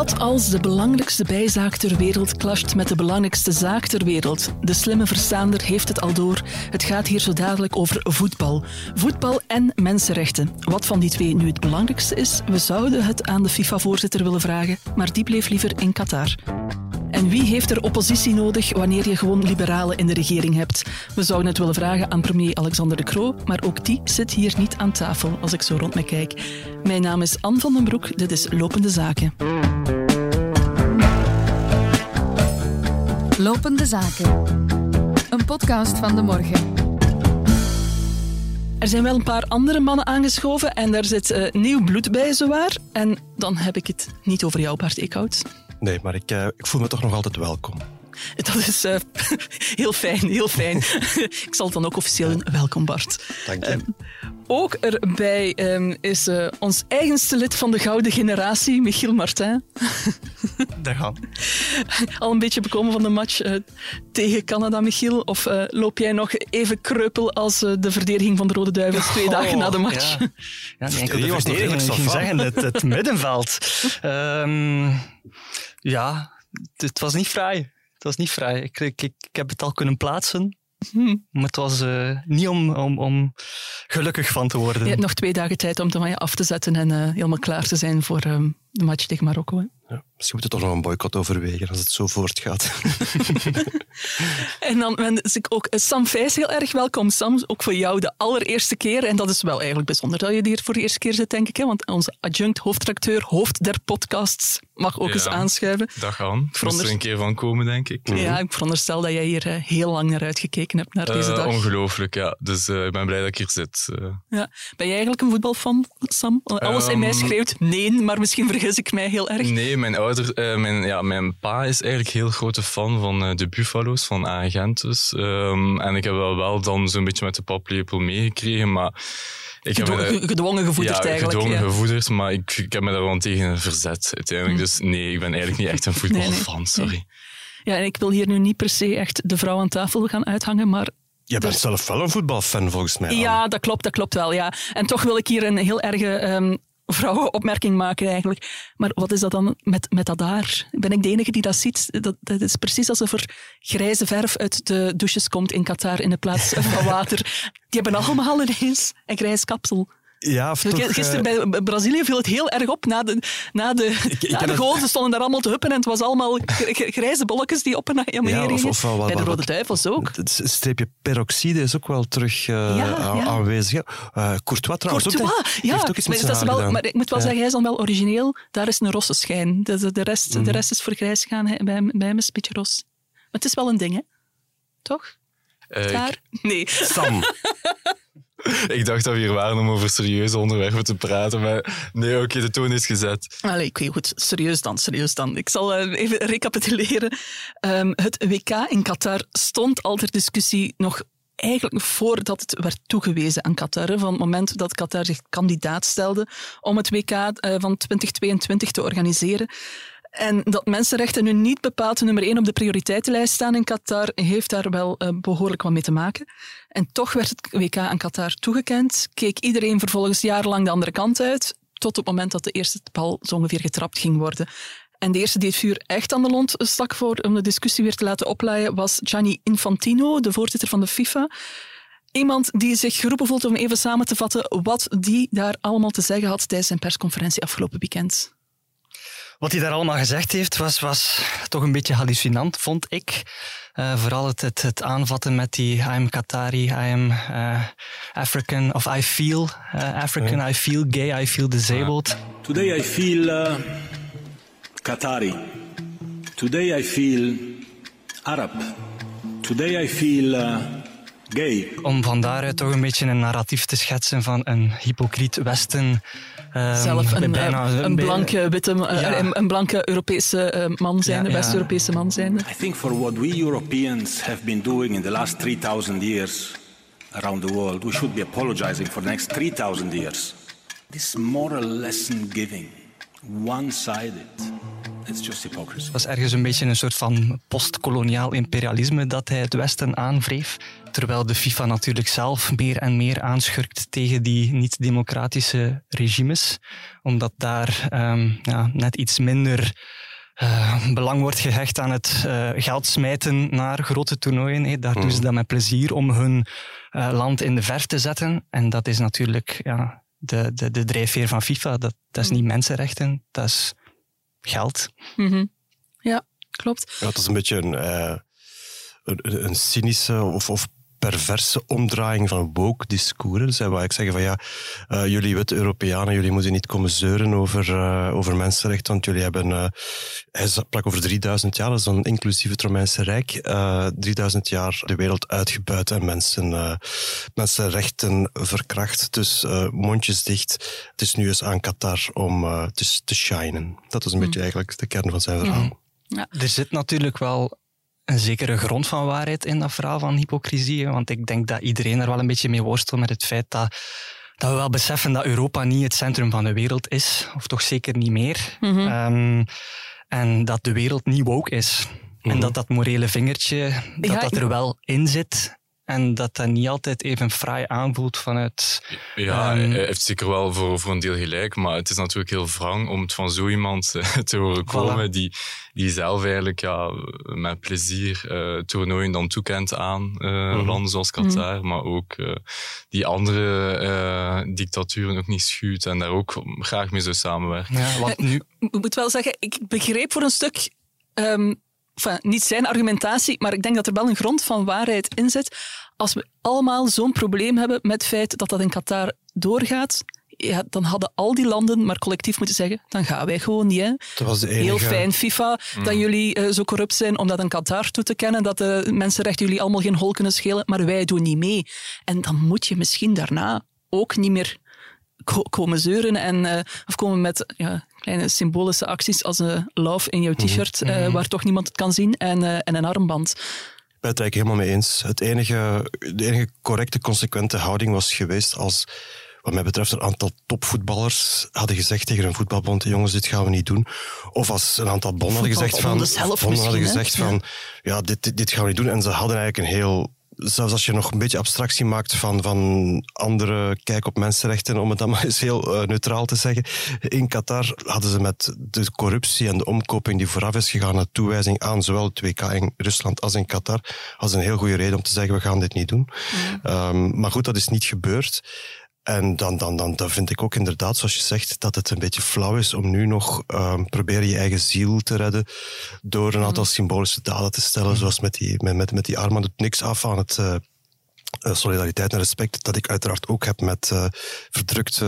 Wat als de belangrijkste bijzaak ter wereld clasht met de belangrijkste zaak ter wereld? De slimme verstaander heeft het al door. Het gaat hier zo dadelijk over voetbal. Voetbal en mensenrechten. Wat van die twee nu het belangrijkste is, we zouden het aan de FIFA-voorzitter willen vragen, maar die bleef liever in Qatar. En wie heeft er oppositie nodig wanneer je gewoon liberalen in de regering hebt? We zouden het willen vragen aan premier Alexander De Croo, maar ook die zit hier niet aan tafel, als ik zo rond me kijk. Mijn naam is Anne van den Broek, dit is Lopende Zaken. Lopende Zaken. Een podcast van De Morgen. Er zijn wel een paar andere mannen aangeschoven en daar zit nieuw bloed bij, zowaar. En dan heb ik het niet over jou, Bart Eekhout. Nee, maar ik voel me toch nog altijd welkom. Dat is heel fijn, heel fijn. Ik zal het dan ook officieel doen. Welkom, Bart. Dank je. Ook erbij is ons eigenste lid van de gouden generatie, Michiel Martin. Dag Han. Al een beetje bekomen van de match tegen Canada, Michiel? Of loop jij nog even kreupel als de verdediging van de Rode Duivels 2 dagen na de match? Ja, niet enkel de verdediging, ik ging zeggen, het middenveld. Het was niet fraai. Het was niet fraai. Ik heb het al kunnen plaatsen. Maar het was niet om gelukkig van te worden. Je hebt nog 2 dagen tijd om het van je af te zetten en helemaal klaar te zijn voor de match tegen Marokko. Hè? Ja, misschien moet je toch nog een boycott overwegen als het zo voortgaat. En dan wens ik ook Sam Vijs heel erg welkom. Sam, ook voor jou de allereerste keer. En dat is wel eigenlijk bijzonder dat je hier voor de eerste keer zit, denk ik. Hè? Want onze adjunct hoofdredacteur, hoofd der podcasts, mag ook eens aanschuiven. Dag Han. Ik moest er een keer van komen, denk ik. Ja, ik veronderstel dat jij hier heel lang naar uitgekeken hebt, naar deze dag. Ongelooflijk, ja. Dus ik ben blij dat ik hier zit. Ja. Ben jij eigenlijk een voetbalfan, Sam? Alles in mij schreeuwt nee, maar misschien vergis ik mij heel erg. Nee, mijn pa is eigenlijk heel grote fan van de Buffalo's, van Agentes. En ik heb wel dan zo'n beetje met de paplepel meegekregen, maar... Gedwongen gevoederd eigenlijk. Gedwongen gevoederd, maar ik heb me daar wel tegen verzet uiteindelijk. Dus nee, ik ben eigenlijk niet echt een voetbalfan, sorry. Ja, en ik wil hier nu niet per se echt de vrouw aan tafel gaan uithangen, maar... Jij bent zelf wel een voetbalfan, volgens mij. Ja, dat klopt wel, ja. En toch wil ik hier een heel erge vrouwenopmerking maken eigenlijk. Maar wat is dat dan met dat daar? Ben ik de enige die dat ziet? Dat is precies alsof er grijze verf uit de douches komt in Qatar in de plaats van water. Die hebben allemaal ineens een grijs kapsel. Ja, Gisteren bij Brazilië viel het heel erg op. Na de goal, ze stonden daar allemaal te huppen en het was allemaal grijze bolletjes die op en neer gingen. Bij de Rode Duivels ook. Het streepje peroxide is ook wel terug aanwezig. Courtois trouwens ook. Heeft ook iets met zijn haar gedaan. Maar ik moet wel zeggen, hij is dan wel origineel. Daar is een rosse schijn. De rest is voor grijs gegaan. Bij hem is een beetje ros. Maar het is wel een ding, hè? Toch? Nee. Sam. Ik dacht dat we hier waren om over serieuze onderwerpen te praten, maar nee, oké, de toon is gezet. Allee, oké, goed. Serieus dan. Ik zal even recapituleren. Het WK in Qatar stond al ter discussie nog eigenlijk voordat het werd toegewezen aan Qatar. Van het moment dat Qatar zich kandidaat stelde om het WK van 2022 te organiseren. En dat mensenrechten nu niet bepaald nummer 1 op de prioriteitenlijst staan in Qatar, heeft daar wel behoorlijk wat mee te maken. En toch werd het WK aan Qatar toegekend. Keek iedereen vervolgens jarenlang de andere kant uit, tot het moment dat de eerste bal zo ongeveer getrapt ging worden. En de eerste die het vuur echt aan de lont stak voor om de discussie weer te laten oplaaien, was Gianni Infantino, de voorzitter van de FIFA. Iemand die zich geroepen voelt om even samen te vatten wat die daar allemaal te zeggen had tijdens zijn persconferentie afgelopen weekend. Wat hij daar allemaal gezegd heeft, was toch een beetje hallucinant, vond ik. Vooral het aanvatten met die I am Qatari, I am African, of I feel African, I feel gay, I feel disabled. Today I feel Qatari. Today I feel Arab. Today I feel gay. Om van daaruit toch een beetje een narratief te schetsen van een hypocriet Westen. Zelf een blanke Europese man zijn, West-Europese man zijn. I think for what we Europeans have been doing in the last 3,000 years around the world, we should be apologizing for the next 3,000 years. This moral lesson giving one-sided. It's just hypocrisy. Dat was ergens een beetje een soort van postkoloniaal imperialisme dat hij het Westen aanwreef. Terwijl de FIFA natuurlijk zelf meer en meer aanschurkt tegen die niet-democratische regimes. Omdat daar net iets minder belang wordt gehecht aan het geld smijten naar grote toernooien. Daar doen ze dat met plezier om hun land in de verf te zetten. En dat is natuurlijk de drijfveer van FIFA. Dat is niet mensenrechten, dat is geld. Mm-hmm. Ja, klopt. Ja, het is een beetje een cynische of perverse omdraaiing van woke discours. Dus waar ik zeg van jullie witte Europeanen, jullie moeten niet komen zeuren over mensenrechten, want jullie hebben, hij sprak over 3000 jaar, dat is dan inclusief het Romeinse Rijk, 3000 jaar de wereld uitgebuit en mensenrechten verkracht. Dus mondjes dicht. Het is nu eens aan Qatar om te shinen. Dat is een beetje eigenlijk de kern van zijn verhaal. Ja. Er zit natuurlijk wel een zekere grond van waarheid in dat verhaal van hypocrisie. Want ik denk dat iedereen er wel een beetje mee worstelt met het feit dat we wel beseffen dat Europa niet het centrum van de wereld is. Of toch zeker niet meer. Mm-hmm. En dat de wereld niet woke is. Mm-hmm. En dat morele vingertje, dat er wel in zit. En dat niet altijd even fraai aanvoelt vanuit... Ja, hij heeft zeker wel voor een deel gelijk, maar het is natuurlijk heel wrang om het van zo iemand te horen komen die zelf eigenlijk met plezier toernooien dan toekent aan landen zoals Qatar, maar ook die andere dictaturen ook niet schuwt en daar ook graag mee zou samenwerken. Ja, want nu... Ik moet wel zeggen, ik begreep voor een stuk... niet zijn argumentatie, maar ik denk dat er wel een grond van waarheid in zit. Als we allemaal zo'n probleem hebben met het feit dat in Qatar doorgaat, dan hadden al die landen maar collectief moeten zeggen, dan gaan wij gewoon niet. Hè. Dat was de enige... Heel fijn, FIFA, dat jullie zo corrupt zijn om dat aan Qatar toe te kennen, dat de mensenrechten jullie allemaal geen hol kunnen schelen, maar wij doen niet mee. En dan moet je misschien daarna ook niet meer komen zeuren of komen met kleine symbolische acties als een love in jouw t-shirt, waar toch niemand het kan zien, en een armband. Ik ben het eigenlijk helemaal mee eens. De enige correcte, consequente houding was geweest als, wat mij betreft, een aantal topvoetballers hadden gezegd tegen een voetbalbond, jongens, dit gaan we niet doen. Of als een aantal bonden hadden gezegd van, dit gaan we niet doen. En ze hadden eigenlijk een heel... Zelfs als je nog een beetje abstractie maakt van andere kijk op mensenrechten, om het dan maar eens heel neutraal te zeggen. In Qatar hadden ze met de corruptie en de omkoping die vooraf is gegaan, naar toewijzing aan zowel het WK in Rusland als in Qatar, hadden ze een heel goede reden om te zeggen, we gaan dit niet doen. Maar goed, dat is niet gebeurd. En dan vind ik ook inderdaad, zoals je zegt, dat het een beetje flauw is om nu nog proberen je eigen ziel te redden door een aantal symbolische daden te stellen, zoals met die armband. Doet niks af aan het solidariteit en respect dat ik uiteraard ook heb met verdrukte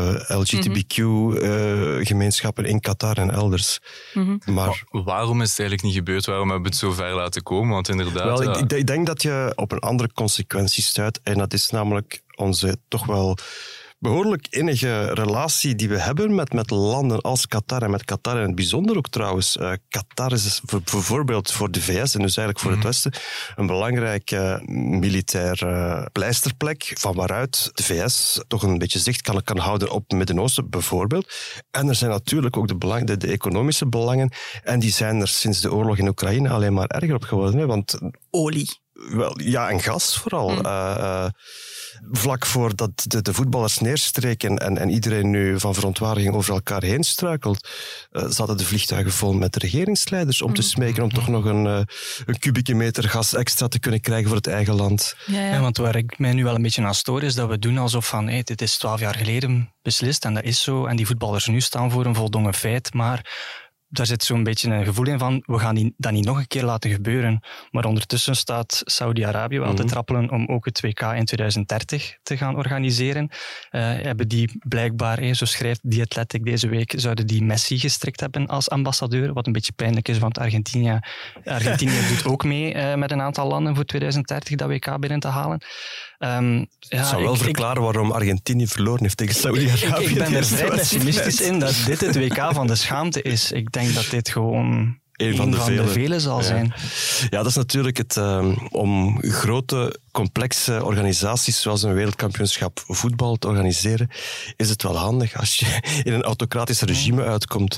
LGBTQ-gemeenschappen in Qatar en elders. Maar waarom is het eigenlijk niet gebeurd? Waarom hebben we het zo ver laten komen? Want inderdaad... Ik denk dat je op een andere consequentie stuit, en dat is namelijk onze toch wel behoorlijk innige relatie die we hebben met landen als Qatar, en met Qatar in het bijzonder ook trouwens. Qatar is bijvoorbeeld voor de VS en dus eigenlijk voor het Westen een belangrijke militaire pleisterplek van waaruit de VS toch een beetje zicht kan houden op het Midden-Oosten bijvoorbeeld. En er zijn natuurlijk ook de economische belangen, en die zijn er sinds de oorlog in Oekraïne alleen maar erger op geworden. Hè, want olie. Wel, ja, en gas vooral. Vlak voordat de voetballers neerstreken en iedereen nu van verontwaardiging over elkaar heen struikelt, zaten de vliegtuigen vol met regeringsleiders om te smeken om toch nog een kubieke meter gas extra te kunnen krijgen voor het eigen land. Ja, want waar ik mij nu wel een beetje aan stoor is dat we doen alsof van dit is 12 jaar geleden beslist en dat is zo en die voetballers nu staan voor een voldongen feit, maar daar zit zo'n beetje een gevoel in van, we gaan dat niet nog een keer laten gebeuren. Maar ondertussen staat Saudi-Arabië wel te trappelen om ook het WK in 2030 te gaan organiseren. Hebben die blijkbaar, zo schrijft The Athletic deze week, zouden die Messi gestrikt hebben als ambassadeur, wat een beetje pijnlijk is, want Argentinië doet ook mee met een aantal landen voor 2030 dat WK binnen te halen. Het zou wel verklaren waarom Argentinië verloren heeft tegen Saudi-Arabië. Ik ben er vrij pessimistisch in dat dit het WK van de schaamte is. Ik denk dat dit gewoon Een van de vele zal zijn. Ja, dat is natuurlijk het... om grote, complexe organisaties zoals een wereldkampioenschap voetbal te is het wel handig als je in een autocratisch regime uitkomt.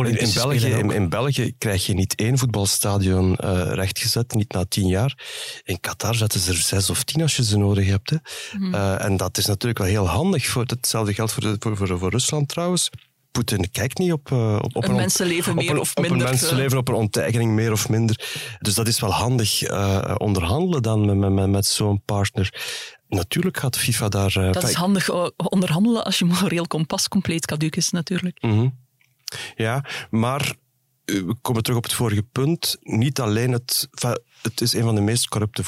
In België krijg je niet 1 voetbalstadion rechtgezet, niet na 10 jaar. In Qatar zetten ze er 6 of 10 als je ze nodig hebt. En dat is natuurlijk wel heel handig. Hetzelfde geldt voor Rusland trouwens. Poetin kijkt niet op een mensenleven meer of minder. Op een mensenleven, op een onteigening meer of minder. Dus dat is wel handig onderhandelen dan met zo'n partner. Natuurlijk gaat FIFA daar... dat is handig onderhandelen als je moreel kompas compleet caduc is, natuurlijk. Mm-hmm. Ja, maar we komen terug op het vorige punt. Niet alleen het is een van de meest corrupte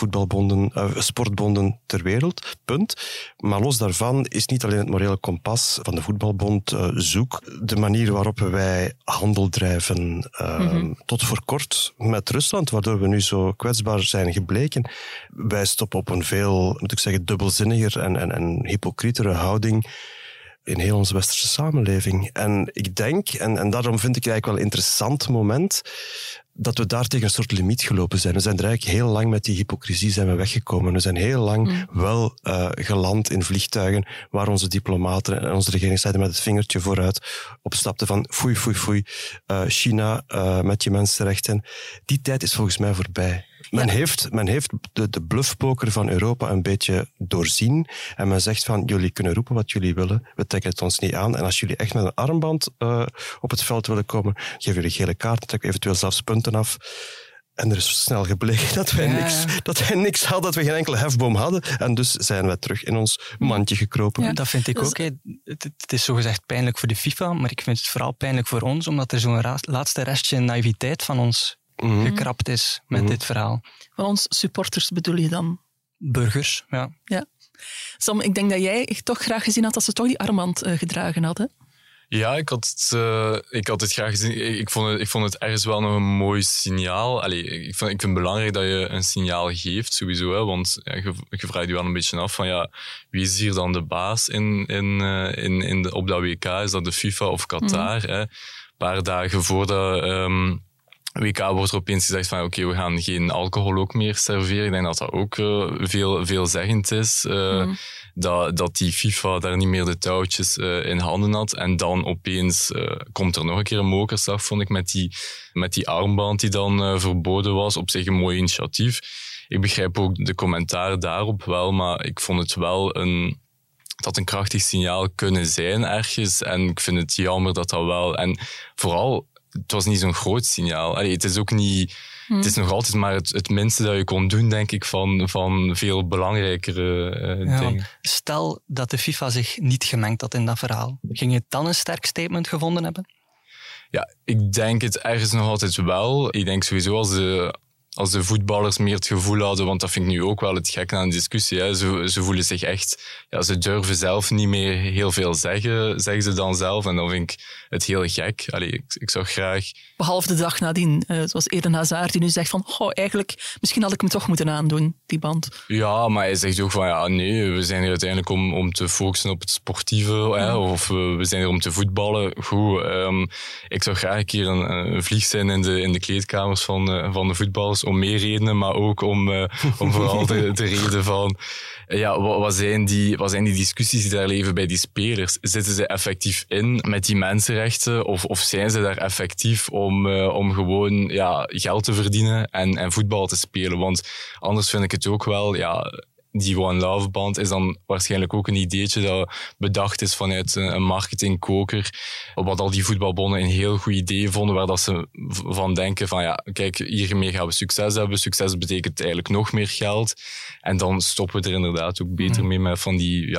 sportbonden ter wereld, punt. Maar los daarvan is niet alleen het morele kompas van de voetbalbond zoek. De manier waarop wij handel drijven tot voor kort met Rusland, waardoor we nu zo kwetsbaar zijn gebleken, wijst op een veel, moet ik zeggen, dubbelzinniger en hypocrietere houding in heel onze westerse samenleving. En ik denk, en daarom vind ik het eigenlijk wel een interessant moment, dat we daar tegen een soort limiet gelopen zijn. We zijn er eigenlijk heel lang met die hypocrisie zijn we weggekomen. We zijn heel lang wel geland in vliegtuigen waar onze diplomaten en onze regeringsleiders met het vingertje vooruit opstapten van foei, foei, foei, China met je mensenrechten. Die tijd is volgens mij voorbij. Men heeft de bluffpoker van Europa een beetje doorzien en men zegt van, jullie kunnen roepen wat jullie willen, we trekken het ons niet aan en als jullie echt met een armband op het veld willen komen, geven jullie gele kaarten, trekken eventueel zelfs punten af. En er is snel gebleken dat wij niks hadden, dat we geen enkele hefboom hadden. En dus zijn wij terug in ons mandje gekropen. Ja, dat vind ik ook. Het is zogezegd pijnlijk voor de FIFA, maar ik vind het vooral pijnlijk voor ons, omdat er zo'n laatste restje naïviteit van ons gekrapt is met dit verhaal. Van ons supporters bedoel je dan? Burgers, ja. Sam, ik denk dat jij toch graag gezien had dat ze toch die armband gedragen hadden. Ja, ik had het graag gezien. Ik vond het ergens wel nog een mooi signaal. Ik vind het belangrijk dat je een signaal geeft, sowieso. Hè, want je vraagt je wel een beetje af van wie is hier dan de baas op dat WK? Is dat de FIFA of Qatar? Hè? Een paar dagen voor de WK wordt er opeens gezegd van oké, we gaan geen alcohol ook meer serveren. Ik denk dat dat ook veelzeggend is. Dat die FIFA daar niet meer de touwtjes in handen had. En dan opeens komt er nog een keer een mokerslag, vond ik, met die armband die dan verboden was. Op zich een mooi initiatief. Ik begrijp ook de commentaar daarop wel, maar ik vond het wel een krachtig signaal kunnen zijn ergens. En ik vind het jammer dat wel... En vooral, het was niet zo'n groot signaal. Het is ook niet... Het is nog altijd maar het minste dat je kon doen, denk ik, van veel belangrijkere dingen. Stel dat de FIFA zich niet gemengd had in dat verhaal. Ging je dan een sterk statement gevonden hebben? Ja, ik denk het ergens nog altijd wel. Ik denk sowieso als de voetballers meer het gevoel hadden, want dat vind ik nu ook wel het gek aan de discussie. Hè. Ze voelen zich echt... Ja, ze durven zelf niet meer heel veel zeggen ze dan zelf. En dan vind ik het heel gek. Ik zou graag... Behalve de dag nadien. Zoals Eden Hazard die nu zegt van eigenlijk, misschien had ik me toch moeten aandoen, die band. Ja, maar hij zegt ook van nee, we zijn er uiteindelijk om te focussen op het sportieve. Hè, of we zijn er om te voetballen. Goed, ik zou graag een keer een vlieg zijn in de kleedkamers van de voetballers. Om meer redenen, maar ook om vooral de reden van... Ja, wat zijn die discussies die daar leven bij die spelers? Zitten ze effectief in met die mensenrechten? Of zijn ze daar effectief om gewoon geld te verdienen en voetbal te spelen? Want anders vind ik het ook wel... Die One Love band is dan waarschijnlijk ook een ideetje dat bedacht is vanuit een marketingkoker. Wat al die voetbalbonden een heel goed idee vonden, waar dat ze van denken van kijk, hiermee gaan we succes hebben. Succes betekent eigenlijk nog meer geld. En dan stoppen we er inderdaad ook beter mee met van die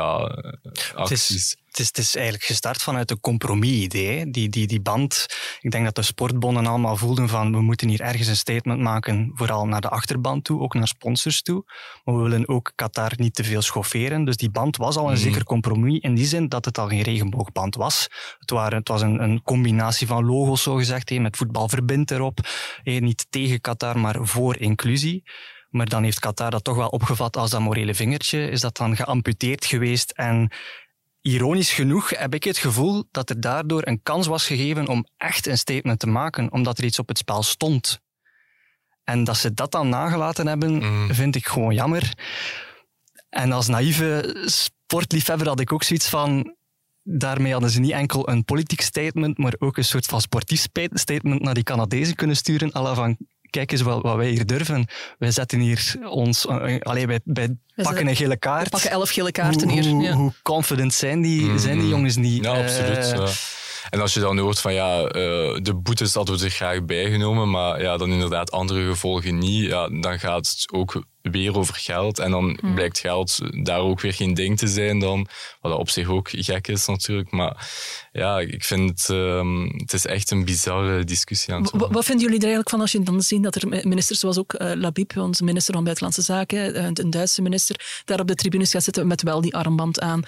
acties. Het is eigenlijk gestart vanuit een compromis-idee. Die band, ik denk dat de sportbonden allemaal voelden van we moeten hier ergens een statement maken, vooral naar de achterban toe, ook naar sponsors toe. Maar we willen ook Qatar niet te veel schofferen. Dus die band was al een zeker compromis in die zin dat het al geen regenboogband was. Het was een combinatie van logo's, zogezegd, met voetbal verbindt erop. Niet tegen Qatar, maar voor inclusie. Maar dan heeft Qatar dat toch wel opgevat als dat morele vingertje. Is dat dan geamputeerd geweest en ironisch genoeg heb ik het gevoel dat er daardoor een kans was gegeven om echt een statement te maken, omdat er iets op het spel stond. En dat ze dat dan nagelaten hebben, vind ik gewoon jammer. En als naïeve sportliefhebber had ik ook zoiets van... Daarmee hadden ze niet enkel een politiek statement, maar ook een soort van sportief statement naar die Canadezen kunnen sturen. À la van, kijk eens wat wij hier durven. Wij zetten hier ons... wij pakken een gele kaart. We pakken 11 gele kaarten hier. Hoe confident zijn die jongens niet? Ja, absoluut. Ja. En als je dan hoort van de boetes hadden we er graag bijgenomen, maar ja, dan inderdaad andere gevolgen niet, ja, dan gaat het ook weer over geld. En dan blijkt geld daar ook weer geen ding te zijn dan, wat op zich ook gek is natuurlijk. Maar ja, ik vind het is echt een bizarre discussie aan het worden. Wat vinden jullie er eigenlijk van als je dan ziet dat er ministers zoals ook Labib, onze minister van Buitenlandse Zaken, een Duitse minister, daar op de tribunes gaat zitten met wel die armband aan?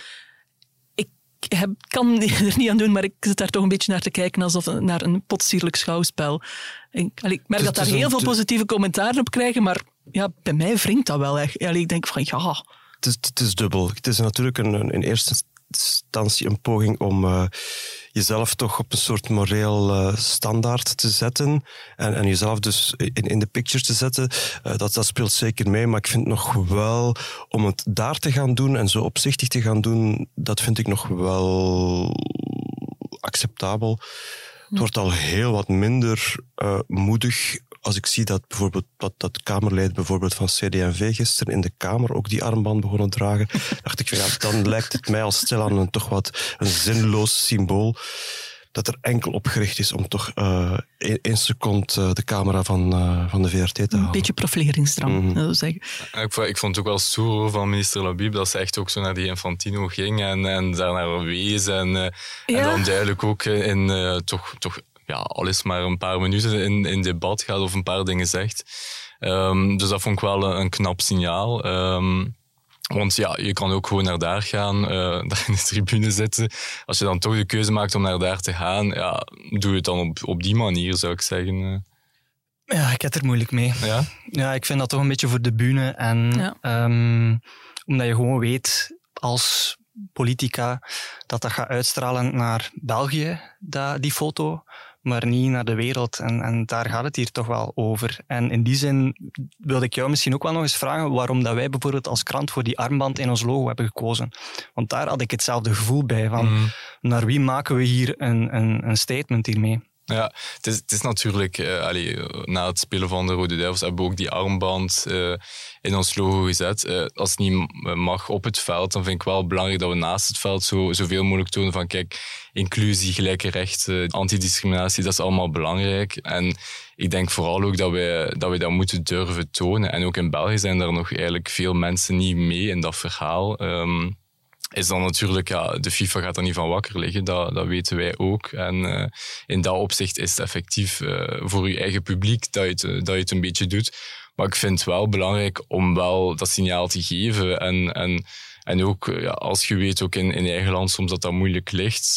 Ik kan er niet aan doen, maar ik zit daar toch een beetje naar te kijken alsof naar een potsierlijk schouwspel. Ik merk dat daar heel veel positieve commentaren op krijgen, maar ja, bij mij wringt dat wel echt. Ik denk van ja... Het is dubbel. Het is natuurlijk in eerste instantie een poging om jezelf toch op een soort moreel standaard te zetten en jezelf dus in de picture te zetten. Dat speelt zeker mee, maar ik vind nog wel, om het daar te gaan doen en zo opzichtig te gaan doen, dat vind ik nog wel acceptabel. Het wordt al heel wat minder moedig als ik zie dat bijvoorbeeld dat Kamerleden bijvoorbeeld van CD&V gisteren in de Kamer ook die armband begonnen dragen, dacht ik, ja, dan lijkt het mij al stilaan toch wat een zinloos symbool dat er enkel op gericht is om toch 1 seconde de camera van de VRT te halen. Een beetje profileringsdrang, zou ik zeggen. Ik vond het ook wel stoer van minister Labib dat ze echt ook zo naar die Infantino ging en daarnaar wees en dan duidelijk ook in toch al is maar een paar minuten in debat gaat of een paar dingen zegt. Dus dat vond ik wel een knap signaal. Want ja, je kan ook gewoon naar daar gaan, daar in de tribune zitten. Als je dan toch de keuze maakt om naar daar te gaan, ja, doe het dan op die manier, zou ik zeggen. Ja, ik heb er moeilijk mee. Ja? Ja, ik vind dat toch een beetje voor de bühne. En omdat je gewoon weet, als politica, dat gaat uitstralen naar België, die foto, maar niet naar de wereld. En daar gaat het hier toch wel over. En in die zin wilde ik jou misschien ook wel nog eens vragen waarom dat wij bijvoorbeeld als krant voor die armband in ons logo hebben gekozen. Want daar had ik hetzelfde gevoel bij. Van, naar wie maken we hier een statement hiermee? Ja, het is natuurlijk... na het spelen van de Rode Duivels hebben we ook die armband in ons logo gezet. Als het niet mag op het veld, dan vind ik wel belangrijk dat we naast het veld zoveel mogelijk tonen van kijk, inclusie, gelijke rechten, antidiscriminatie, dat is allemaal belangrijk. En ik denk vooral ook dat we dat moeten durven tonen. En ook in België zijn er nog eigenlijk veel mensen niet mee in dat verhaal. Is dan natuurlijk, de FIFA gaat er niet van wakker liggen, dat weten wij ook. En in dat opzicht is het effectief voor je eigen publiek dat je het een beetje doet. Maar ik vind het wel belangrijk om wel dat signaal te geven. En ook, als je weet, ook in eigen land soms dat moeilijk ligt.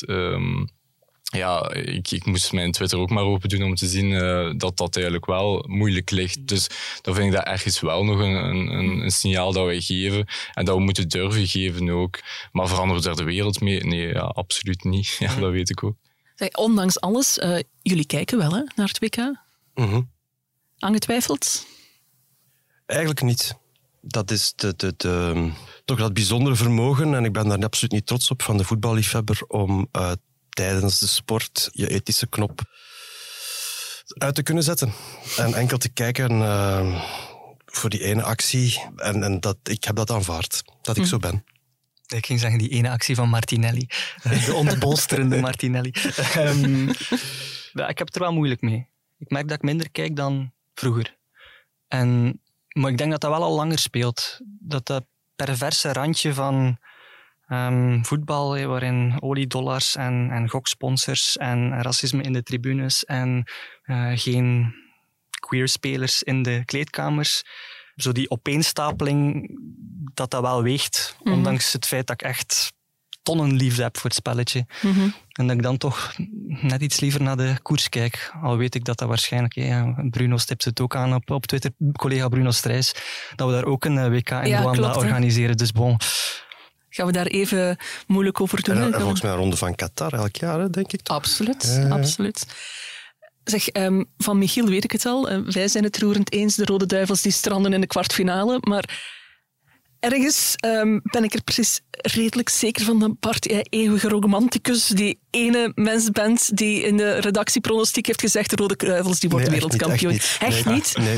Ik moest mijn Twitter ook maar open doen om te zien dat eigenlijk wel moeilijk ligt. Dus dan vind ik dat ergens wel nog een signaal dat wij geven. En dat we moeten durven geven ook. Maar veranderen we daar de wereld mee? Nee, absoluut niet. Ja, dat weet ik ook. Ondanks alles, jullie kijken wel naar het WK? Aangetwijfeld? Eigenlijk niet. Dat is toch dat bijzondere vermogen, en ik ben daar absoluut niet trots op, van de voetballiefhebber om tijdens de sport je ethische knop uit te kunnen zetten. En enkel te kijken voor die ene actie. En ik heb dat aanvaard, dat ik zo ben. Ik ging zeggen, die ene actie van Martinelli. De ontbolsterende Martinelli. Ik heb het er wel moeilijk mee. Ik merk dat ik minder kijk dan vroeger. Maar ik denk dat dat wel al langer speelt. Dat perverse randje van voetbal, waarin oliedollars en goksponsors en racisme in de tribunes en geen queer spelers in de kleedkamers. Zo die opeenstapeling, dat wel weegt. Ondanks het feit dat ik echt tonnen liefde heb voor het spelletje. En dat ik dan toch net iets liever naar de koers kijk. Al weet ik dat waarschijnlijk... Bruno stipt het ook aan op Twitter, collega Bruno Strijs, dat we daar ook een WK in Rwanda organiseren. Dus bon... Gaan we daar even moeilijk over doen? En volgens mij een ronde van Qatar elk jaar, hè, denk ik. Toch? Absoluut, absoluut. Zeg, van Michiel weet ik het al. Wij zijn het roerend eens, de Rode Duivels die stranden in de kwartfinale. Maar ergens ben ik er precies redelijk zeker van dat Bart, jij eeuwige romanticus, die ene mens bent die in de redactiepronostiek heeft gezegd de Rode Duivels die wordt wereldkampioen. Echt niet? Nee.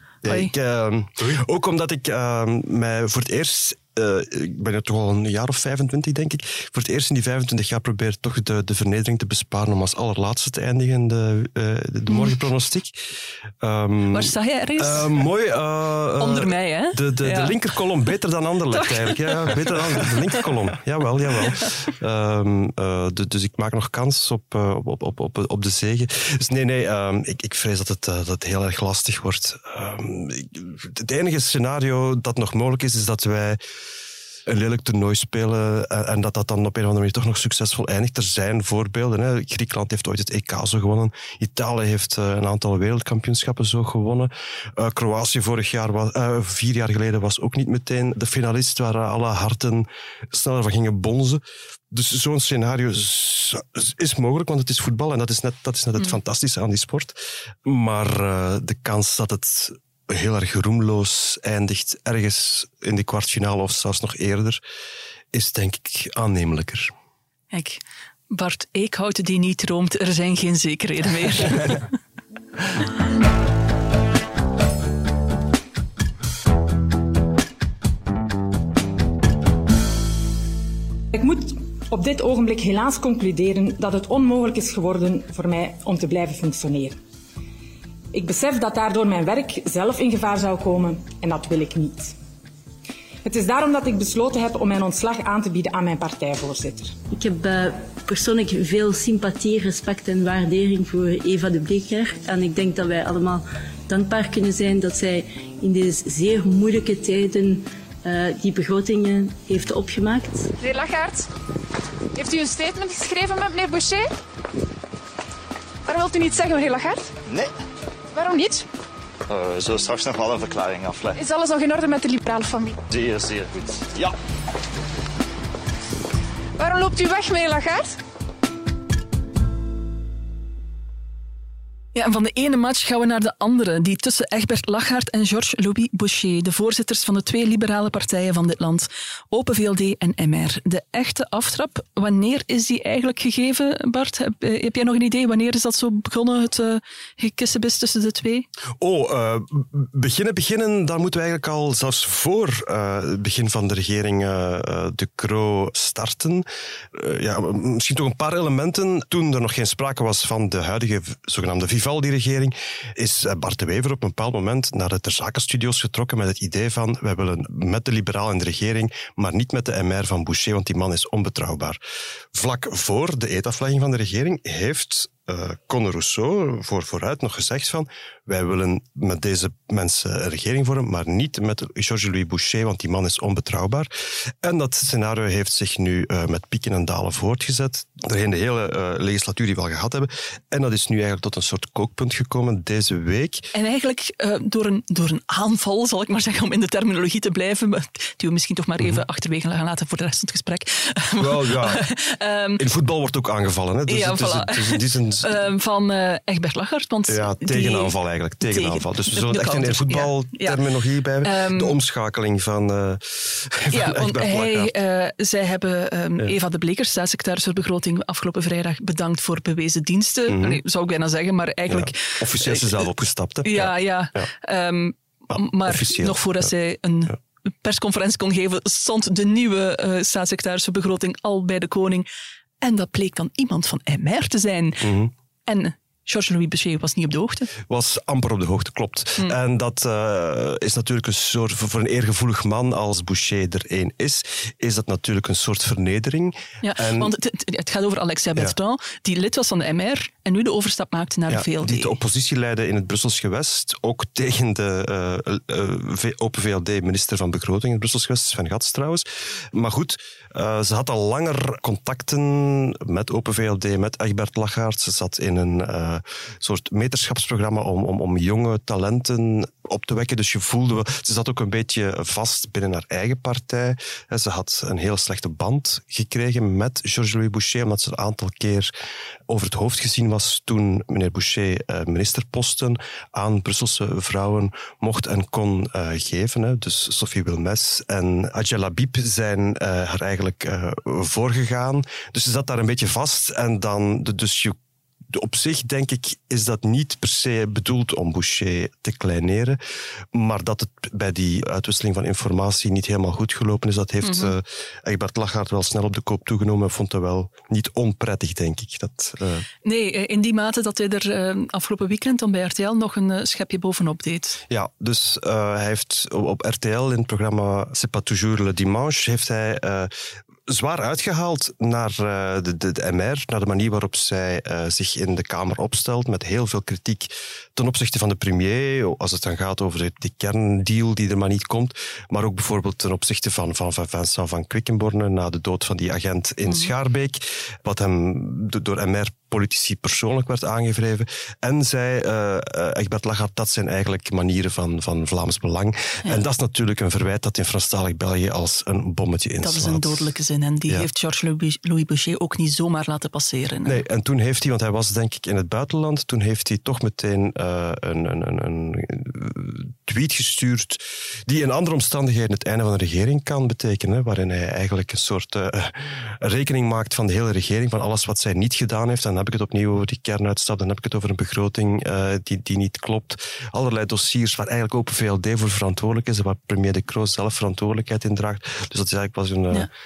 Ook omdat ik mij voor het eerst... ik ben er toch al een jaar of 25, denk ik. Voor het eerst in die 25 jaar probeer toch de vernedering te besparen om als allerlaatste te eindigen de morgenpronostiek. Waar sta jij ergens? Mooi. Onder mij, hè? De linkerkolom beter dan Anderlecht, eigenlijk. Ja, beter dan de linkerkolom. Jawel. Dus ik maak nog kans op de zege. Dus nee, ik vrees dat het heel erg lastig wordt. Het enige scenario dat nog mogelijk is dat wij een lelijk toernooi spelen en dat dan op een of andere manier toch nog succesvol eindigt. Er zijn voorbeelden. Hè. Griekenland heeft ooit het EK zo gewonnen. Italië heeft een aantal wereldkampioenschappen zo gewonnen. Kroatië 4 jaar geleden was ook niet meteen de finalist waar alle harten sneller van gingen bonzen. Dus zo'n scenario is mogelijk, want het is voetbal en dat is net het fantastische aan die sport. Maar de kans dat het heel erg roemloos eindigt, ergens in de kwartfinale of zelfs nog eerder, is denk ik aannemelijker. Kijk, Bart Eekhout die niet droomt, er zijn geen zekerheden meer. Ik moet op dit ogenblik helaas concluderen dat het onmogelijk is geworden voor mij om te blijven functioneren. Ik besef dat daardoor mijn werk zelf in gevaar zou komen en dat wil ik niet. Het is daarom dat ik besloten heb om mijn ontslag aan te bieden aan mijn partijvoorzitter. Ik heb persoonlijk veel sympathie, respect en waardering voor Eva de Bleker. En ik denk dat wij allemaal dankbaar kunnen zijn dat zij in deze zeer moeilijke tijden die begrotingen heeft opgemaakt. Meneer Lagarde, heeft u een statement geschreven met meneer Boucher? Waarom wilt u niet zeggen, meneer Lagarde? Nee. Waarom niet? We zullen straks nog wel een verklaring afleggen. Is alles nog in orde met de liberale familie? Zeer, zeer goed. Ja. Waarom loopt u weg, meneer Lagarde? Ja, en van de ene match gaan we naar de andere, die tussen Egbert Lachaert en Georges-Louis Boucher, de voorzitters van de 2 liberale partijen van dit land, Open VLD en MR. De echte aftrap, wanneer is die eigenlijk gegeven, Bart? Heb jij nog een idee? Wanneer is dat zo begonnen, het gekissebis tussen de twee? Beginnen, dan moeten we eigenlijk al zelfs voor het begin van de regering De Croo starten. Misschien toch een paar elementen. Toen er nog geen sprake was van de huidige zogenaamde Vivaldi-regering, is Bart de Wever op een bepaald moment naar de Ter Zaken-studio's getrokken met het idee van wij willen met de liberalen in de regering, maar niet met de MR van Boucher, want die man is onbetrouwbaar. Vlak voor de eetaflegging van de regering heeft Conor Rousseau vooruit nog gezegd van wij willen met deze mensen een regering vormen, maar niet met Georges-Louis Boucher, want die man is onbetrouwbaar. En dat scenario heeft zich nu met pieken en dalen voortgezet, doorheen de hele legislatuur die we al gehad hebben. En dat is nu eigenlijk tot een soort kookpunt gekomen deze week. En eigenlijk door een aanval, zal ik maar zeggen, om in de terminologie te blijven, die we misschien toch maar even achterwege gaan laten voor de rest van het gesprek. Wel ja, in voetbal wordt ook aangevallen. Hè? Dus ja, het is een van Egbert Lachaert. Want ja, tegenaanval eigenlijk. Tegenaanval. Dus we zullen het echt in voetbalterminologie bij de omschakeling van Egbert Lachaert. Zij hebben Eva de Bleker, staatssecretaris voor begroting, afgelopen vrijdag bedankt voor bewezen diensten. Allee, zou ik bijna zeggen, maar eigenlijk... Ja, officieel is ze zelf opgestapt. Hè? Maar officieel, nog voordat zij een persconferentie kon geven, stond de nieuwe staatssecretaris voor begroting al bij de koning. En dat bleek dan iemand van MR te zijn. En Georges-Louis Boucher was niet op de hoogte. Was amper op de hoogte, klopt. En dat is natuurlijk een soort... Voor een eergevoelig man als Boucher er één is dat natuurlijk een soort vernedering. Ja, want het gaat over Alexia Bertrand, die lid was van de MR en nu de overstap maakte naar de VLD. Die de oppositie leidde in het Brussels gewest, ook tegen de Open VLD-minister van Begroting in het Brussels gewest, Sven Gats trouwens. Maar goed, ze had al langer contacten met Open VLD, met Egbert Lachaert. Ze zat in een soort meterschapsprogramma om jonge talenten op te wekken. Dus je voelde, ze zat ook een beetje vast binnen haar eigen partij. Ze had een heel slechte band gekregen met Georges-Louis Boucher, omdat ze een aantal keer over het hoofd gezien was toen meneer Boucher ministerposten aan Brusselse vrouwen mocht en kon geven. Dus Sophie Wilmès en Adja Labib zijn haar eigenlijk voorgegaan. Dus ze zat daar een beetje vast en dan... Op zich, denk ik, is dat niet per se bedoeld om Boucher te kleineren. Maar dat het bij die uitwisseling van informatie niet helemaal goed gelopen is, dat heeft Egbert Lachaert wel snel op de koop toegenomen. Vond hij wel niet onprettig, denk ik. Nee, in die mate dat hij er afgelopen weekend dan bij RTL nog een schepje bovenop deed. Ja, dus hij heeft op RTL in het programma C'est pas toujours le dimanche heeft hij... zwaar uitgehaald naar de MR, naar de manier waarop zij zich in de Kamer opstelt, met heel veel kritiek ten opzichte van de premier, als het dan gaat over die kerndeal die er maar niet komt, maar ook bijvoorbeeld ten opzichte van Vincent van Quickenborne na de dood van die agent in Schaarbeek, wat hem door MR-politici persoonlijk werd aangevreven. En zei Egbert Lachaert, dat zijn eigenlijk manieren van Vlaams Belang. Ja. En dat is natuurlijk een verwijt dat in Franstalig België als een bommetje inslaat. Dat is een dodelijke zin en die heeft Georges-Louis Boucher ook niet zomaar laten passeren. Nee, en toen heeft hij, want hij was denk ik in het buitenland, toen heeft hij toch meteen een tweet gestuurd die in andere omstandigheden het einde van de regering kan betekenen, waarin hij eigenlijk een soort rekening maakt van de hele regering, van alles wat zij niet gedaan heeft. En dan heb ik het opnieuw over die kernuitstap, dan heb ik het over een begroting die niet klopt. Allerlei dossiers waar eigenlijk Open VLD voor verantwoordelijk is en waar premier De Croo zelf verantwoordelijkheid in draagt. Dus dat is eigenlijk pas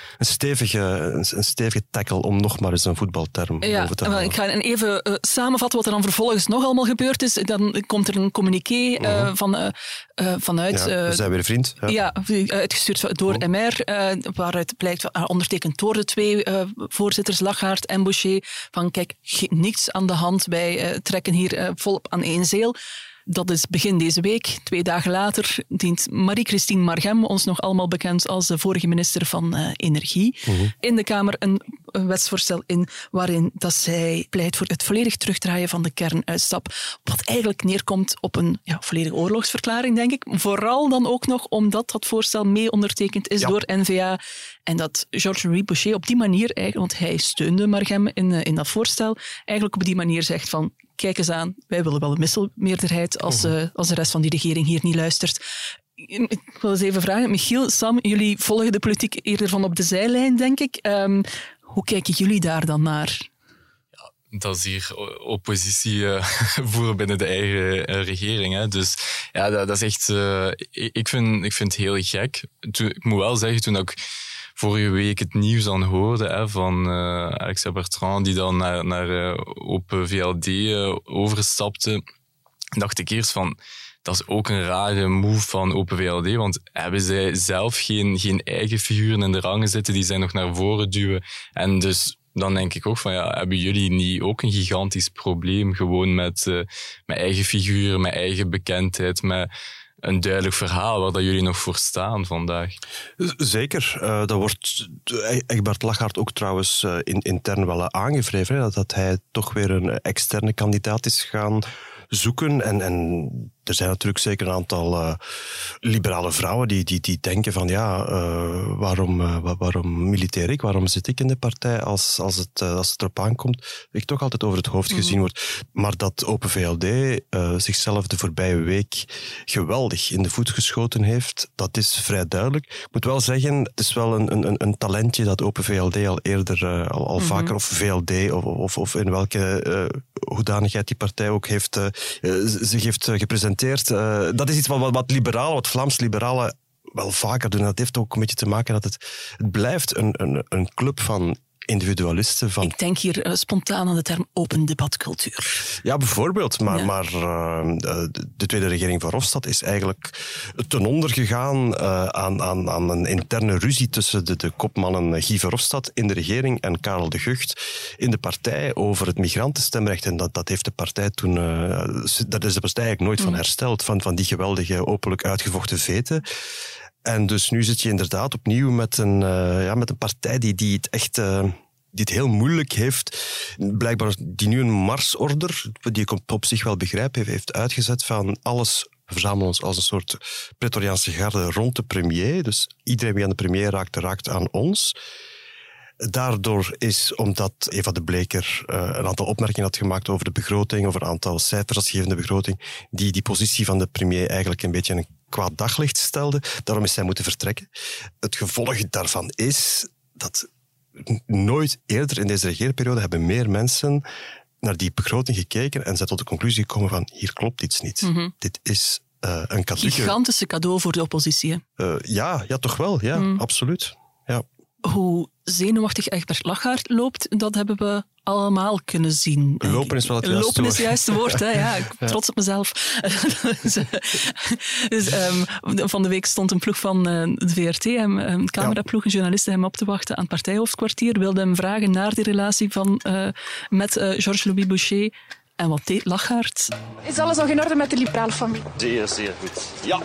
een stevige tackle om nog maar eens een voetbalterm boven te halen. Ik ga even samenvatten wat er dan vervolgens nog allemaal gebeurd is. Dan komt er een communiqué vanuit... we zijn weer vriend. Ja, uitgestuurd door MR, waaruit blijkt, ondertekend door de twee voorzitters, Lachaert en Boucher, van kijk, niks aan de hand, wij trekken hier volop aan één zeel. Dat is begin deze week. 2 dagen later dient Marie-Christine Margem, ons nog allemaal bekend als de vorige minister van Energie, in de Kamer een wetsvoorstel in waarin dat zij pleit voor het volledig terugdraaien van de kernuitstap. Wat eigenlijk neerkomt op een volledige oorlogsverklaring, denk ik. Vooral dan ook nog omdat dat voorstel mee ondertekend is door N-VA. En dat Georges-Louis Boucher op die manier, eigenlijk, want hij steunde Margem in dat voorstel, eigenlijk op die manier zegt van kijk eens aan, wij willen wel een wisselmeerderheid als de rest van die regering hier niet luistert. Ik wil eens even vragen, Michiel, Sam, jullie volgen de politiek eerder van op de zijlijn, denk ik. Hoe kijken jullie daar dan naar? Ja, dat is hier oppositie voeren binnen de eigen regering. Hè. Dus ja, dat is echt... Ik vind het heel gek. Ik moet wel zeggen, toen ik vorige week het nieuws aan hoorde van Alexa Bertrand, die dan naar Open VLD overstapte, dacht ik eerst van, dat is ook een rare move van Open VLD, want hebben zij zelf geen eigen figuren in de rangen zitten die zij nog naar voren duwen? En dus dan denk ik ook van, hebben jullie niet ook een gigantisch probleem gewoon met eigen figuren, met eigen bekendheid, met een duidelijk verhaal waar dat jullie nog voor staan vandaag? Zeker. Dat wordt Egbert Lachaert ook trouwens intern wel aangevreven, hè, dat hij toch weer een externe kandidaat is gaan zoeken. En er zijn natuurlijk zeker een aantal liberale vrouwen die denken van waarom militeer ik? Waarom zit ik in de partij als het erop aankomt? Ik toch altijd over het hoofd gezien wordt. Maar dat Open VLD zichzelf de voorbije week geweldig in de voet geschoten heeft, dat is vrij duidelijk. Ik moet wel zeggen, het is wel een talentje dat Open VLD al eerder, al vaker, of VLD, of in welke hoedanigheid die partij ook zich heeft gepresenteerd. Dat is iets wat liberalen, wat Vlaams liberalen wel vaker doen. Dat heeft ook een beetje te maken dat het blijft een club van individualisten. Ik denk hier spontaan aan de term open debatcultuur. Ja, bijvoorbeeld. Maar de tweede regering van Hofstad is eigenlijk ten onder gegaan aan een interne ruzie tussen de kopmannen Guy Verhofstadt in de regering en Karel de Gucht in de partij over het migrantenstemrecht. En dat heeft de partij toen... daar is de partij eigenlijk nooit van hersteld, van die geweldige openlijk uitgevochten vete. En dus nu zit je inderdaad opnieuw met een partij die het echt... het heel moeilijk heeft. Blijkbaar die nu een marsorder, die ik op zich wel begrijp, heeft uitgezet van alles. We verzamelen ons als een soort Pretoriaanse garde rond de premier. Dus iedereen wie aan de premier raakt aan ons. Daardoor is, omdat Eva de Bleker een aantal opmerkingen had gemaakt over de begroting, over een aantal cijfers als gevende begroting, die positie van de premier eigenlijk een beetje in een kwaad daglicht stelde. Daarom is zij moeten vertrekken. Het gevolg daarvan is dat nooit eerder in deze regeerperiode hebben meer mensen naar die begroting gekeken en zijn tot de conclusie gekomen van hier klopt iets niet. Mm-hmm. Dit is een cadeautje. Gigantische cadeau voor de oppositie. Ja, toch wel. Ja, absoluut. Ja. Hoe zenuwachtig Egbert Lachaert loopt, dat hebben we allemaal kunnen zien. Lopen is wel het juiste woord. Lopen is het juiste woord, hè? Ja, ik ben trots op mezelf. Van de week stond een ploeg van de VRT, een cameraploeg, een journalisten hem op te wachten aan het partijhoofdkwartier, wilde hem vragen naar die relatie met Georges-Louis Boucher. En wat deed Lachaert? Is alles nog in orde met de liberale familie? Zeer, zeer goed. Ja.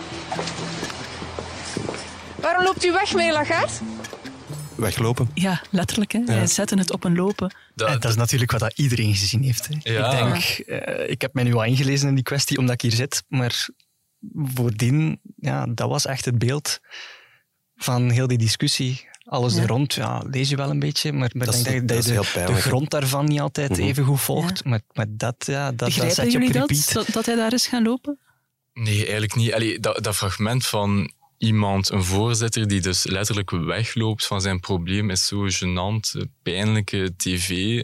Waarom loopt u weg, meneer Lachaert? Weglopen. Ja, letterlijk. Hè. Ja. Wij zetten het op een lopen. Dat is natuurlijk wat dat iedereen gezien heeft. Hè. Ja. Ik denk, ik heb mij nu al ingelezen in die kwestie, omdat ik hier zit. Maar voordien, dat was echt het beeld van heel die discussie. Alles er rond, lees je wel een beetje, maar ik denk dat je de grond daarvan niet altijd even goed volgt. Ja. Maar dat begrijpen zet je op jullie dat hij daar is gaan lopen? Nee, eigenlijk niet. Allee, dat fragment van iemand, een voorzitter, die dus letterlijk wegloopt van zijn probleem, is zo gênant, pijnlijke tv.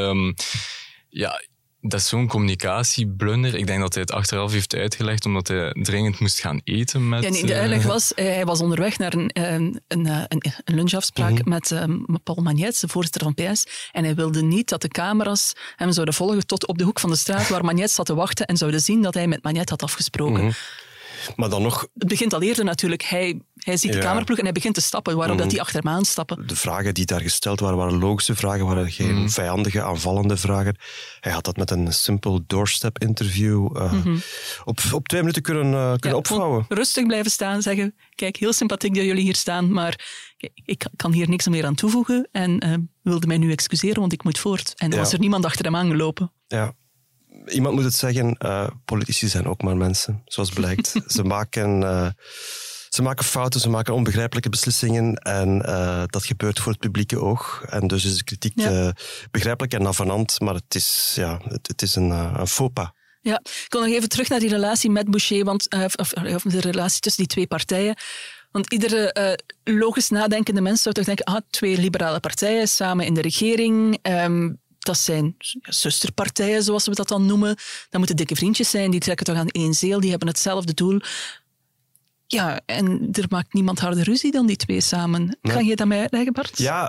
Dat is zo'n communicatieblunder. Ik denk dat hij het achteraf heeft uitgelegd omdat hij dringend moest gaan eten met... de uitleg was, hij was onderweg naar een lunchafspraak met Paul Magnets, de voorzitter van PS, en hij wilde niet dat de camera's hem zouden volgen tot op de hoek van de straat waar Magnets zat te wachten en zouden zien dat hij met Magnets had afgesproken. Mm-hmm. Maar dan nog... Het begint al eerder natuurlijk. Hij ziet de kamerploeg en hij begint te stappen. Waarom dat die achter hem aanstappen? De vragen die daar gesteld waren logische vragen, waren geen vijandige, aanvallende vragen. Hij had dat met een simpel doorstep-interview op 2 minuten kunnen opvouwen. Rustig blijven staan, zeggen, kijk, heel sympathiek dat jullie hier staan, maar ik kan hier niks meer aan toevoegen en wilde mij nu excuseren, want ik moet voort. En er was er niemand achter hem aangelopen. Ja. Iemand moet het zeggen, politici zijn ook maar mensen, zoals blijkt. Ze maken fouten, ze maken onbegrijpelijke beslissingen en dat gebeurt voor het publieke oog. En dus is de kritiek begrijpelijk en avenant, maar het is een faux pas. Ja, ik wil nog even terug naar die relatie met Boucher, of de relatie tussen die twee partijen. Want iedere logisch nadenkende mens zou toch denken, 2 liberale partijen samen in de regering... Dat zijn zusterpartijen, zoals we dat dan noemen. Dat moeten dikke vriendjes zijn, die trekken toch aan één zeel, die hebben hetzelfde doel. Ja, en er maakt niemand harder ruzie dan die 2 samen. Nee. Kan je dat mij uitleggen, Bart? Ja,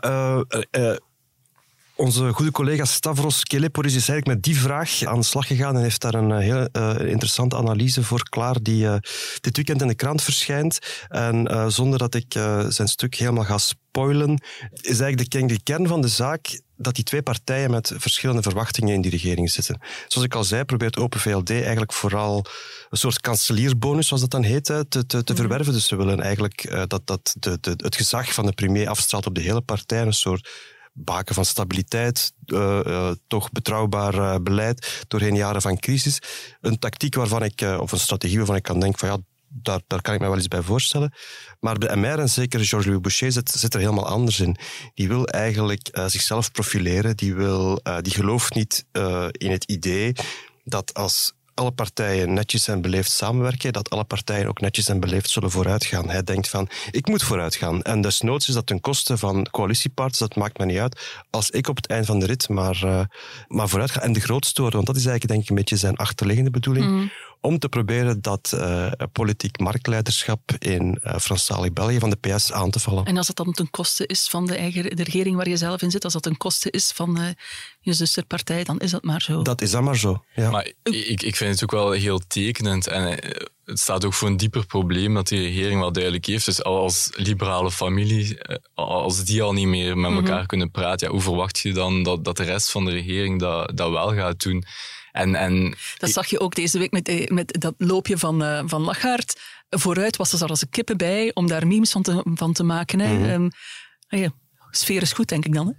onze goede collega Stavros Keleporis is eigenlijk met die vraag aan de slag gegaan en heeft daar een heel interessante analyse voor klaar die dit weekend in de krant verschijnt. En zonder dat ik zijn stuk helemaal ga spoilen, is eigenlijk de kern van de zaak dat die 2 partijen met verschillende verwachtingen in die regering zitten. Zoals ik al zei, probeert Open VLD eigenlijk vooral een soort kanseliersbonus, zoals dat dan heet, te verwerven. Dus ze willen eigenlijk dat het gezag van de premier afstraalt op de hele partij, een soort baken van stabiliteit, toch betrouwbaar beleid doorheen jaren van crisis. Een tactiek of een strategie waarvan ik kan denken van daar kan ik me wel eens bij voorstellen. Maar bij MR en zeker Georges-Louis Boucher zit er helemaal anders in. Die wil eigenlijk zichzelf profileren. Die gelooft niet in het idee dat als alle partijen netjes en beleefd samenwerken, dat alle partijen ook netjes en beleefd zullen vooruitgaan. Hij denkt van, ik moet vooruitgaan. En desnoods is dat ten koste van coalitiepartners, dat maakt me niet uit. Als ik op het eind van de rit maar vooruit ga en de grootste worden, want dat is eigenlijk denk ik een beetje zijn achterliggende bedoeling, om te proberen dat politiek marktleiderschap in Franstalig België van de PS aan te vallen. En als dat dan ten koste is van de regering waar je zelf in zit, als dat ten koste is van je zusterpartij, dan is dat maar zo. Dat is dan maar zo, ja. Maar ik vind het ook wel heel tekenend en het staat ook voor een dieper probleem dat die regering wel duidelijk heeft. Dus als liberale familie, als die al niet meer met elkaar kunnen praten, hoe verwacht je dan dat de rest van de regering dat wel gaat doen? En dat zag je ook deze week met dat loopje van Lachaert. Vooruit was er als een kippen bij om daar memes van te maken. Hè. Sfeer is goed, denk ik dan. Hè?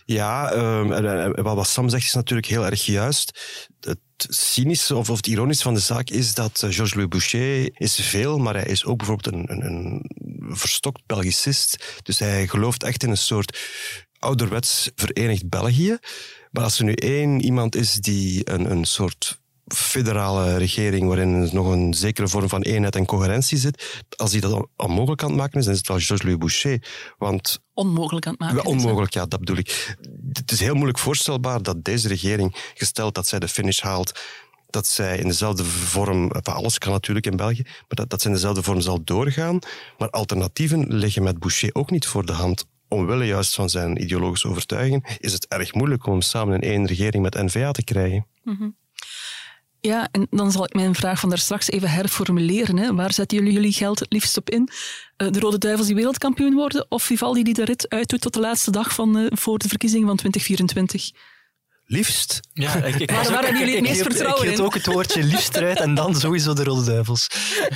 Ja, wat Sam zegt is natuurlijk heel erg juist. Het cynische of het ironische van de zaak is dat Georges-Louis Boucher is veel, maar hij is ook bijvoorbeeld een verstokt Belgicist. Dus hij gelooft echt in een soort ouderwets verenigd België. Maar als er nu iemand is die een soort federale regering waarin nog een zekere vorm van eenheid en coherentie zit, als hij dat onmogelijk aan het maken is, dan is het wel Georges-Louis Boucher. Want onmogelijk aan het maken. Onmogelijk, ja, dat bedoel ik. Het is heel moeilijk voorstelbaar dat deze regering, gesteld dat zij de finish haalt, dat zij in dezelfde vorm, alles kan natuurlijk in België, maar dat zij in dezelfde vorm zal doorgaan. Maar alternatieven liggen met Boucher ook niet voor de hand. Omwille juist van zijn ideologische overtuigingen is het erg moeilijk om samen in één regering met N-VA te krijgen. Mm-hmm. Ja, en dan zal ik mijn vraag van daar straks even herformuleren. Hè. Waar zetten jullie geld het liefst op in? De Rode Duivels die wereldkampioen worden of Vivaldi die de rit uitdoet tot de laatste dag voor de verkiezingen van 2024? Liefst? Ja, Waar hebben jullie het meest vertrouwen in? Ik hield ook het woordje liefst eruit en dan sowieso de Rode Duivels.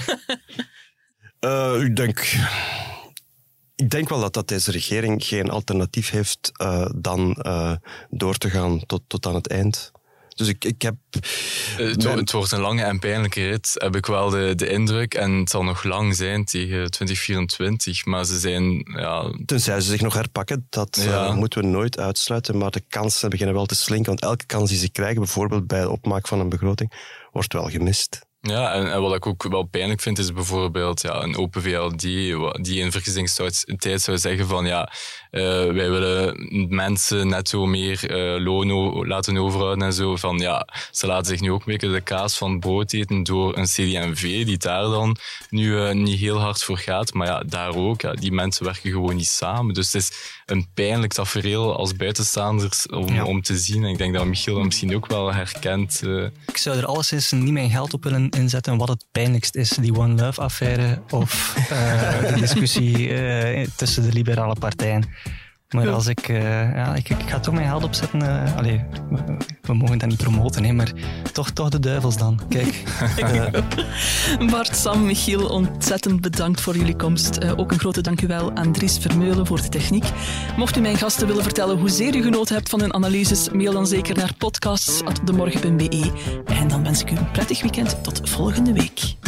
Ik denk wel dat deze regering geen alternatief heeft dan door te gaan tot aan het eind. Dus ik heb... Het wordt een lange en pijnlijke rit, heb ik wel de indruk. En het zal nog lang zijn tegen 2024. Maar ze zijn... Ja... Tenzij ze zich nog herpakken, dat moeten we nooit uitsluiten. Maar de kansen beginnen wel te slinken. Want elke kans die ze krijgen, bijvoorbeeld bij de opmaak van een begroting, wordt wel gemist. Ja, en wat ik ook wel pijnlijk vind, is bijvoorbeeld een Open VLD die in verkiezingstijd zou zeggen van wij willen mensen netto meer loon laten overhouden en zo. Van ze laten zich nu ook een beetje de kaas van het brood eten door een CD&V die daar dan nu niet heel hard voor gaat. Maar daar ook, die mensen werken gewoon niet samen. Dus het is een pijnlijk tafereel als buitenstaanders om te zien. En ik denk dat Michiel dat misschien ook wel herkent. Ik zou er alleszins niet mijn geld op willen inzetten wat het pijnlijkst is, die One Love-affaire of de discussie tussen de liberale partijen. Maar als ik ga toch mijn geld opzetten. We mogen dat niet promoten, maar toch de duivels dan. Kijk. Bart, Sam, Michiel, ontzettend bedankt voor jullie komst. Ook een grote dankjewel aan Dries Vermeulen voor de techniek. Mocht u mijn gasten willen vertellen hoezeer u genoten hebt van hun analyses, mail dan zeker naar podcasts@demorgen.be. En dan wens ik u een prettig weekend. Tot volgende week.